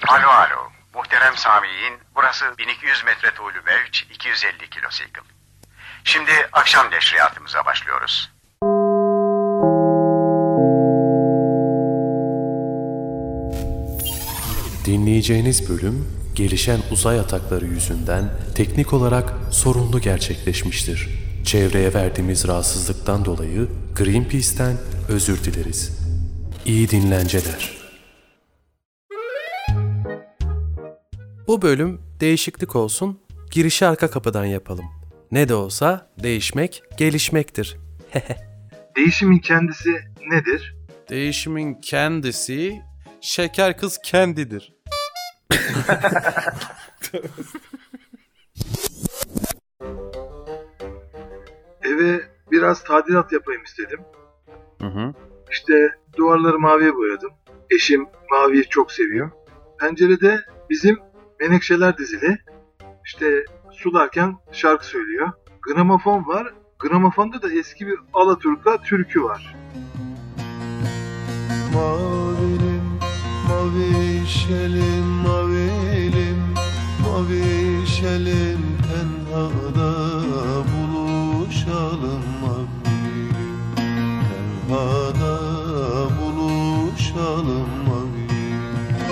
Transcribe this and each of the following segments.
Alo alo. Muhterem Sami'in, burası 1200 metre tuğlu mevç, 250 kilosikl. Şimdi akşam neşriyatımıza başlıyoruz. Dinleyeceğiniz bölüm, gelişen uzay atakları yüzünden teknik olarak sorunlu gerçekleşmiştir. Çevreye verdiğimiz rahatsızlıktan dolayı Greenpeace'ten özür dileriz. İyi dinlenceler. Bu bölüm değişiklik olsun, girişi arka kapıdan yapalım. Ne de olsa değişmek, gelişmektir. Değişimin kendisi nedir? Değişimin kendisi şeker kız kendidir. Eve biraz tadilat yapayım istedim. Hı. İşte duvarları maviye boyadım. Eşim maviyi çok seviyor. Pencerede bizim menekşeler dizili. İşte sularken şarkı söylüyor. Gramofon var. Gramofonda da eski bir Alaturka türkü var. Mavilim, mavişelim, mavilim, mavişelim, tenhada buluşalım mavilim, tenhada buluşalım mavilim.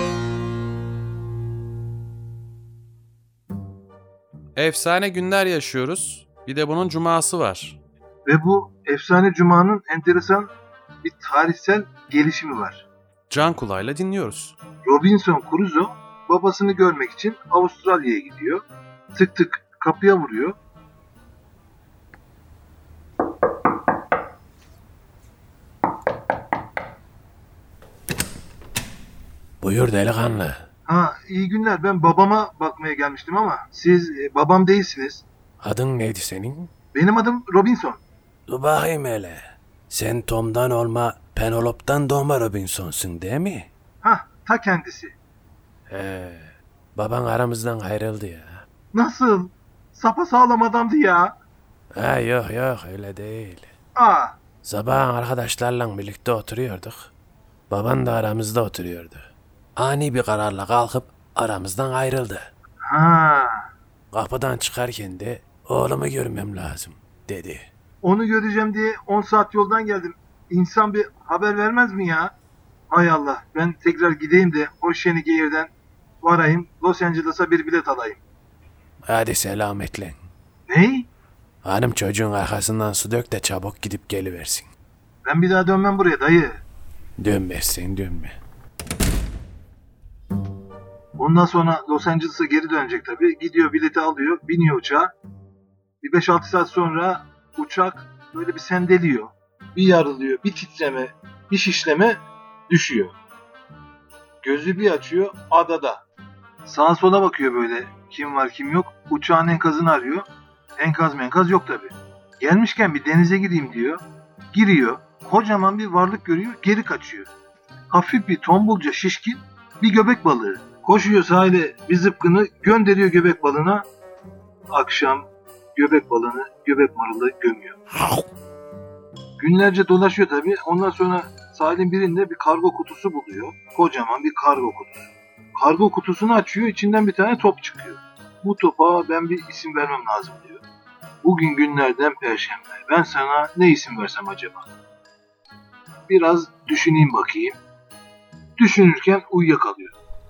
Efsane günler yaşıyoruz. Bir de bunun cuması var. Ve bu efsane cumanın enteresan bir tarihsel gelişimi var. Can kulağıyla dinliyoruz. Robinson Crusoe babasını görmek için Avustralya'ya gidiyor. Tık tık kapıya vuruyor. Buyur delikanlı. Ha, iyi günler, ben babama bakmaya gelmiştim ama siz babam değilsiniz. Adın neydi senin? Benim adım Robinson. Dur bakayım hele. Sen Tom'dan olma, Penelope'dan doğma Robinson'sun değil mi? Ha, ta kendisi. Baban aramızdan ayrıldı ya. Nasıl? Sapasağlam adamdı ya. Ha yok öyle değil. Aa, Sabahın arkadaşlarla birlikte oturuyorduk. Baban da aramızda oturuyordu. Ani bir kararla kalkıp aramızdan ayrıldı. ha. Kapıdan çıkarken de oğlumu görmem lazım dedi. Onu göreceğim diye 10 saat yoldan geldim. İnsan bir haber vermez mi ya? Hay Allah, ben tekrar gideyim de o Şenigehir'den varayım, Los Angeles'a bir bilet alayım. Hadi selametle. Ney? Hanım çocuğun arkasından su dök de çabuk gidip geliversin. Ben bir daha dönmem buraya dayı. Dönmezsen dönme. Ondan sonra Los Angeles'a geri dönecek tabii. Gidiyor, bileti alıyor, biniyor uçağa. Bir 5-6 saat sonra uçak böyle bir sendeliyor. Bir yarılıyor, bir titreme, bir şişleme, düşüyor. Gözü bir açıyor, adada. Sağa sola bakıyor böyle, kim var kim yok. Uçağın enkazını arıyor. Enkaz yok tabii. Gelmişken bir denize gireyim diyor. Giriyor, kocaman bir varlık görüyor, geri kaçıyor. Hafif bir tombulca şişkin bir göbek balığı. Koşuyor sahile, bir zıpkını gönderiyor göbek balığına. Akşam göbek balığını göbek marulda gömüyor. Günlerce dolaşıyor tabii. Ondan sonra sahilin birinde bir kargo kutusu buluyor. Kocaman bir kargo kutusu. Kargo kutusunu açıyor, içinden bir tane top çıkıyor. Bu topa ben bir isim vermem lazım diyor. Bugün günlerden Perşembe. Ben sana ne isim versem acaba? Biraz düşüneyim bakayım. Düşünürken uyuyakalıyor.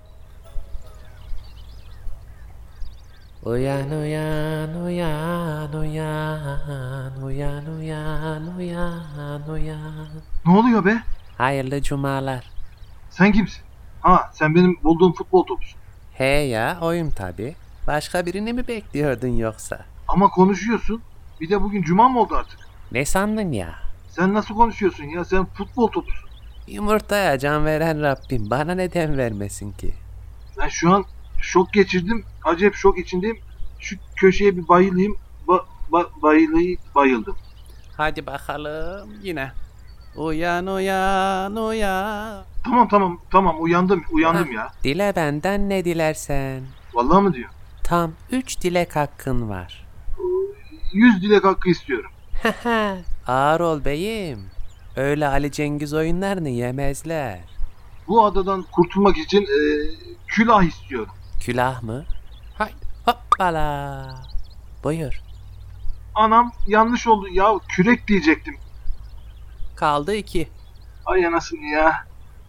Uyan uyan uyan uyan uyan uyan uyan uyan. Ne oluyor be? Hayırlı cumalar. Sen kimsin? Ha, sen benim bulduğum futbol topusun. He ya, oyum tabi. Başka birini mi bekliyordun yoksa? Ama konuşuyorsun. Bir de bugün cuma mı oldu artık? Ne sandın ya? Sen nasıl konuşuyorsun ya? Sen futbol topusun. Yumurtaya can veren Rabbim bana neden vermesin ki? Ben şu an şok geçirdim. Acayip şok içindeyim. Şu köşeye bir bayılayım. Bayıldım. Hadi bakalım yine. Uyan uyan uyan. Tamam uyandım ya. Dile benden ne dilersen. Vallahi mı diyor? Tam 3 dilek hakkın var. 100 dilek hakkı istiyorum. Ağır ol beyim. Öyle Ali Cengiz oyunlarını yemezler. bu adadan kurtulmak için külah istiyorum. Külah mı? Hay hoppala. Buyur. Anam yanlış oldu ya, kürek diyecektim. Kaldı 2. Ay anasını ya.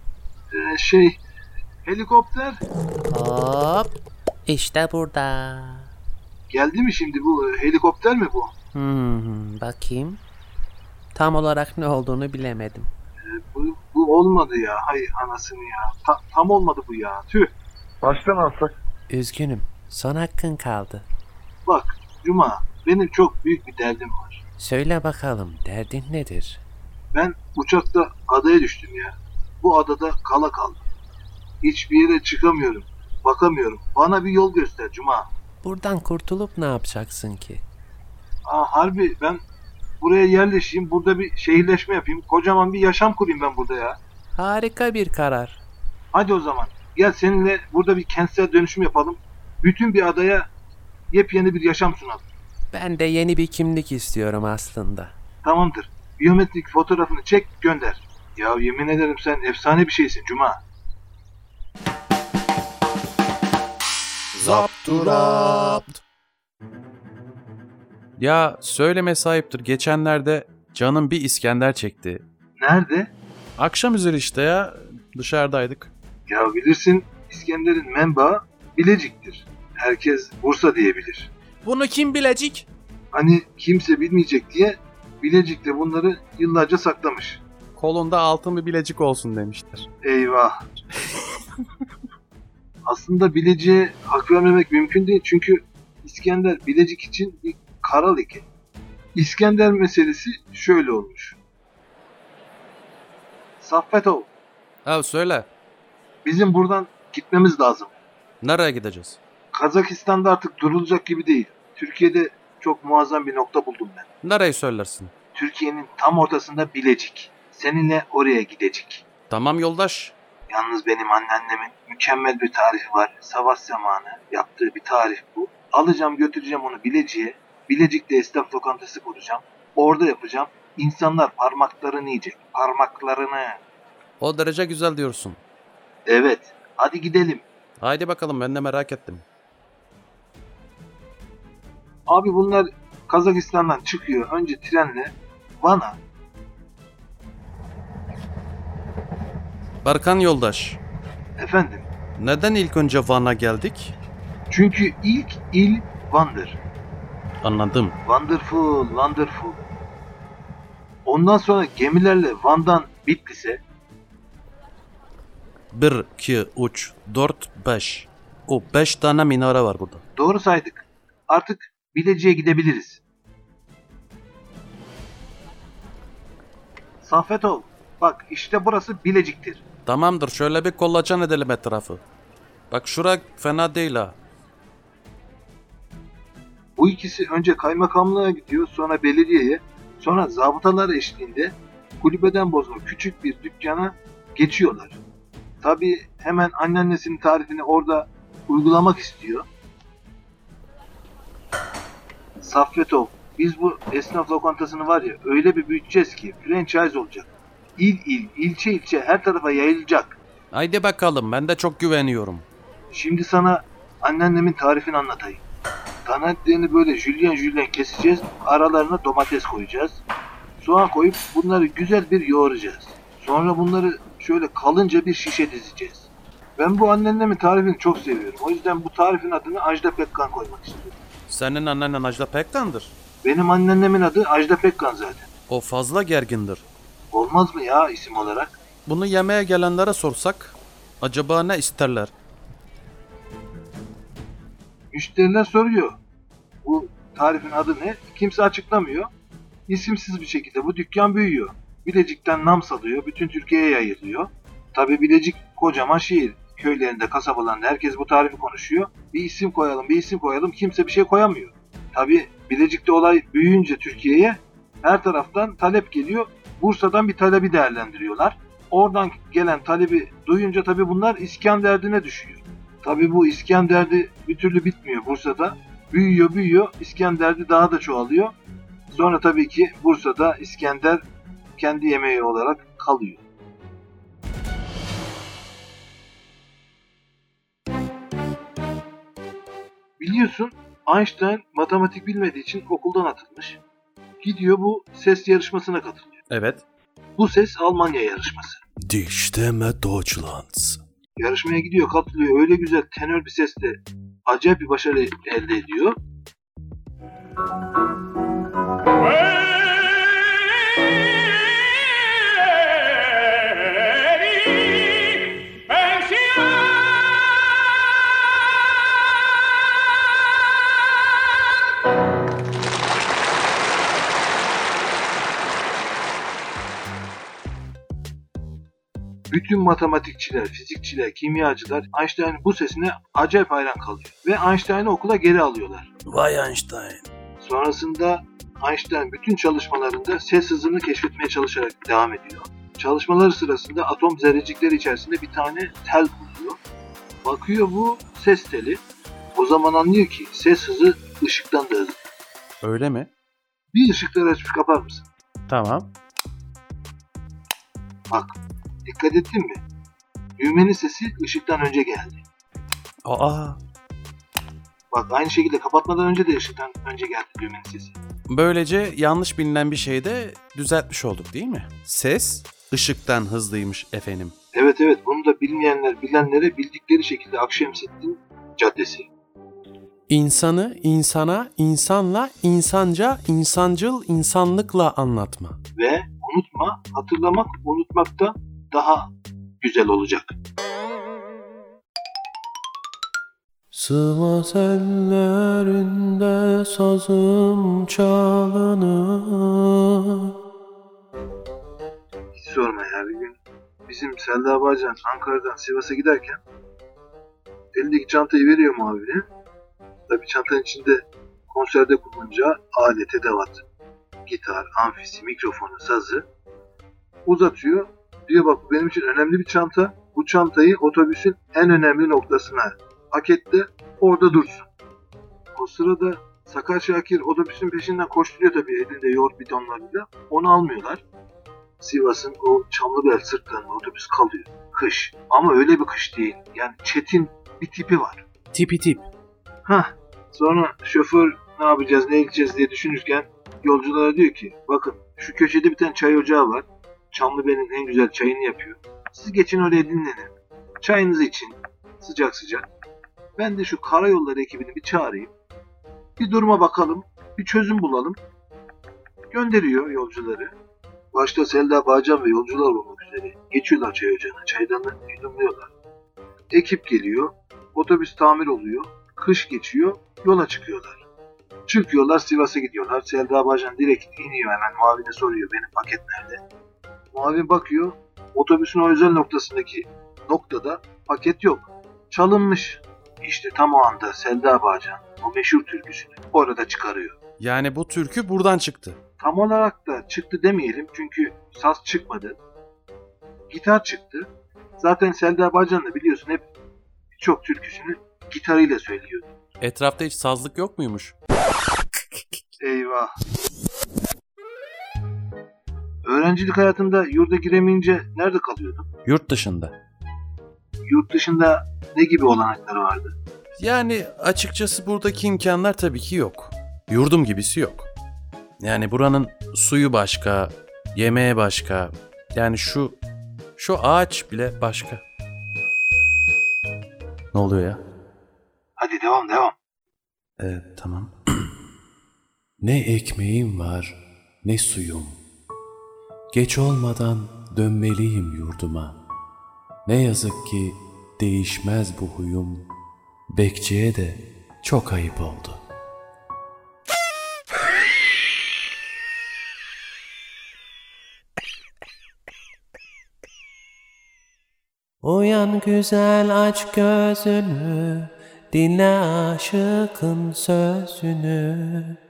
Helikopter Hop. İşte burada. geldi mi şimdi, bu helikopter mi bu? Bakayım. Tam olarak ne olduğunu bilemedim. Bu olmadı ya, hay anasını ya. Tam olmadı bu ya, tüh. Baştan alsak. Üzgünüm. Son hakkın kaldı. Bak Cuma, benim çok büyük bir derdim var. Söyle bakalım, derdin nedir? Ben uçakta adaya düştüm ya. Bu adada kala kaldım. Hiçbir yere çıkamıyorum. Bakamıyorum. Bana bir yol göster Cuma. Buradan kurtulup ne yapacaksın ki? Harbi ben buraya yerleşeyim. Burada bir şehirleşme yapayım. Kocaman bir yaşam kurayım ben burada ya. Harika bir karar. Hadi o zaman. Gel seninle burada bir kentsel dönüşüm yapalım. Bütün bir adaya yepyeni bir yaşam sunalım. Ben de yeni bir kimlik istiyorum aslında. Tamamdır. Biyometrik fotoğrafını çek gönder. Ya yemin ederim sen efsane bir şeysin Cuma. Zapturapt. Ya söyleme sahiptir. Geçenlerde canım bir İskender çekti. Nerede? Akşam üzeri işte ya. Dışarıdaydık. Ya bilirsin İskender'in menbaı Bilecik'tir. Herkes Bursa diyebilir. Bunu kim bilecek? Hani kimse bilmeyecek diye Bilecik de bunları yıllarca saklamış. Kolunda altın bir bilecik olsun demiştir. Eyvah. Aslında Bilecik'e hak vermemek mümkün değil çünkü İskender Bilecik için bir kara leke. İskender meselesi şöyle olmuş. Saffetov, Ha söyle. bizim buradan gitmemiz lazım. Nereye gideceğiz? Kazakistan'da artık durulacak gibi değil. Türkiye'de çok muazzam bir nokta buldum ben. Nereyi söylersin? Türkiye'nin tam ortasında Bilecik. Seninle oraya gidecek. Tamam yoldaş. Yalnız benim anneannemin mükemmel bir tarifi var. Savaş zamanı yaptığı bir tarif bu. Alacağım götüreceğim onu Bilecik'e. Bilecik'te esnaf lokantası kuracağım. Orada yapacağım. İnsanlar parmaklarını yiyecek. Parmaklarını. O derece güzel diyorsun. Evet. Hadi gidelim. Haydi bakalım, ben de merak ettim. Abi bunlar Kazakistan'dan çıkıyor. Önce trenle Van'a. Barkan yoldaş. Efendim. Neden ilk önce Van'a geldik? Çünkü ilk il Van'dır. Anladım. Wonderful, wonderful. Ondan sonra gemilerle Van'dan Bitlis'e, 1, 2, 3, 4, 5. O 5 tane minare var burada. doğru saydık. Artık Bilecik'e gidebiliriz. Saffetov, bak işte burası Bilecik'tir. Tamamdır, şöyle bir kollacan edelim etrafı. Bak şura fena değil ha. Bu ikisi önce kaymakamlığa gidiyor, sonra belediyeye, sonra zabıtalar eşliğinde kulübeden bozma küçük bir dükkana geçiyorlar. Tabii hemen anneannesinin tarifini orada uygulamak istiyor. Saffetov, biz bu esnaf lokantasını var ya öyle bir büyüteceğiz ki franchise olacak. İl il, ilçe ilçe her tarafa yayılacak. Haydi bakalım, ben de çok güveniyorum. Şimdi sana anneannemin tarifini anlatayım. Dana etlerini böyle jülyen jülyen keseceğiz. Aralarına domates koyacağız. Soğan koyup bunları güzel bir yoğuracağız. Sonra bunları şöyle kalınca bir şişe dizeceğiz. Ben bu anneannemin tarifini çok seviyorum. O yüzden bu tarifin adını Ajda Pekkan koymak istiyorum. Senin annen Ajda Pekkan'dır. Benim anneannemin adı Ajda Pekkan zaten. O fazla gergindir. Olmaz mı ya isim olarak? Bunu yemeğe gelenlere sorsak acaba ne isterler? Müşteriler soruyor. Bu tarifin adı ne? Kimse açıklamıyor. İsimsiz bir şekilde bu dükkan büyüyor. Bilecik'ten nam salıyor. Bütün Türkiye'ye yayılıyor. Tabi Bilecik kocaman şehir. Köylerinde, kasabalarında herkes bu tarifi konuşuyor. Bir isim koyalım, bir isim koyalım. Kimse bir şey koyamıyor. Tabi Bilecik'te olay büyüyünce Türkiye'ye her taraftan talep geliyor. Bursa'dan bir talebi değerlendiriyorlar. Oradan gelen talebi duyunca tabi bunlar iskan derdine düşüyor. Tabi bu iskan derdi bir türlü bitmiyor Bursa'da. Büyüyor, iskan derdi daha da çoğalıyor. Sonra tabii ki Bursa'da İskender kendi yemeği olarak kalıyor. Biliyorsun Einstein matematik bilmediği için okuldan atılmış. Gidiyor bu ses yarışmasına katılıyor. Evet. Bu ses Almanya yarışması. Die Stimme Deutschlands. Yarışmaya gidiyor, katılıyor. Öyle güzel tenör bir sesle acayip bir başarı elde ediyor. Bütün matematikçiler, fizikçiler, kimyacılar Einstein'ın bu sesine acayip hayran kalıyor. Ve Einstein'ı okula geri alıyorlar. Vay Einstein. Sonrasında Einstein bütün çalışmalarında ses hızını keşfetmeye çalışarak devam ediyor. Çalışmaları sırasında atom zerrecikleri içerisinde bir tane tel buluyor. Bakıyor bu ses teli. O zaman anlıyor ki ses hızı ışıktan da hızlı. Öyle mi? Bir ışıkları açıp kapar mısın? Tamam. Bak, dikkat ettin mi? Düğmenin sesi ışıktan önce geldi. Aa. Bak aynı şekilde kapatmadan önce de ışıktan önce geldi düğmenin sesi. Böylece yanlış bilinen bir şeyi de düzeltmiş olduk değil mi? Ses ışıktan hızlıymış efendim. Evet bunu da bilmeyenler bilenlere bildikleri şekilde Akşemseddin Caddesi. İnsanı insana, insanla, insanca, insancıl, insanlıkla anlatma. Ve unutma, hatırlamak unutmakta daha güzel olacak. Sivas ellerinde sazım çalınır. Hiç sorma ya, bir gün bizim Selda Bağcan Ankara'dan Sivas'a giderken elindeki çantayı veriyor muavine. Tabii çantanın içinde konserde kullanacağı alet, edevat, gitar, amfisi, mikrofonu, sazı uzatıyor. Diyor bak benim için önemli bir çanta. Bu çantayı otobüsün en önemli noktasına paketle, orada dursun. O sırada Sakar Şakir otobüsün peşinden koşturuyor tabii elinde yoğurt bidonlarıyla. Onu almıyorlar. Sivas'ın o Çamlıbel sırtlarında otobüs kalıyor. Kış. Ama öyle bir kış değil. Yani çetin bir tipi var. Tip. Sonra şoför ne yapacağız, ne edeceğiz diye düşünürken yolculara diyor ki bakın şu köşede bir tane çay ocağı var. Çamlıbel'in en güzel çayını yapıyor. Siz geçin oraya dinlenin. Çayınızı için sıcak sıcak. Ben de şu karayolları ekibini bir çağırayım. Bir duruma bakalım. Bir çözüm bulalım. Gönderiyor yolcuları. Başta Selda Bağcan ve yolcular olmak üzere geçiyorlar çay ocağına. Çaydanı yudumluyorlar. Ekip geliyor. Otobüs tamir oluyor. Kış geçiyor. Yola çıkıyorlar. Çıkıyorlar, Sivas'a gidiyorlar. Selda Bağcan direkt iniyor, hemen muavine soruyor benim paket nerede? Muavin bakıyor. Otobüsün o özel noktasındaki noktada paket yok. Çalınmış. İşte tam o anda Selda Bağcan o meşhur türküsünü orada çıkarıyor. Yani bu türkü buradan çıktı. Tam olarak da çıktı demeyelim çünkü saz çıkmadı. Gitar çıktı. Zaten Selda Bağcan da biliyorsun hep birçok türküsünü gitarıyla söylüyordu. Etrafta hiç sazlık yok muymuş? Eyvah. Öğrencilik hayatında yurda giremeyince nerede kalıyordun? Yurt dışında. Yurt dışında ne gibi olanakları vardı? Yani açıkçası buradaki imkanlar tabii ki yok. Yurdum gibisi yok. Yani buranın suyu başka, yemeği başka. Yani şu ağaç bile başka. Ne oluyor ya? Hadi devam. Tamam. Ne ekmeğim var, ne suyum. Geç olmadan dönmeliyim yurduma. Ne yazık ki değişmez bu huyum. Bekçiye de çok ayıp oldu. Uyan güzel aç gözünü, dinle aşıkın sözünü.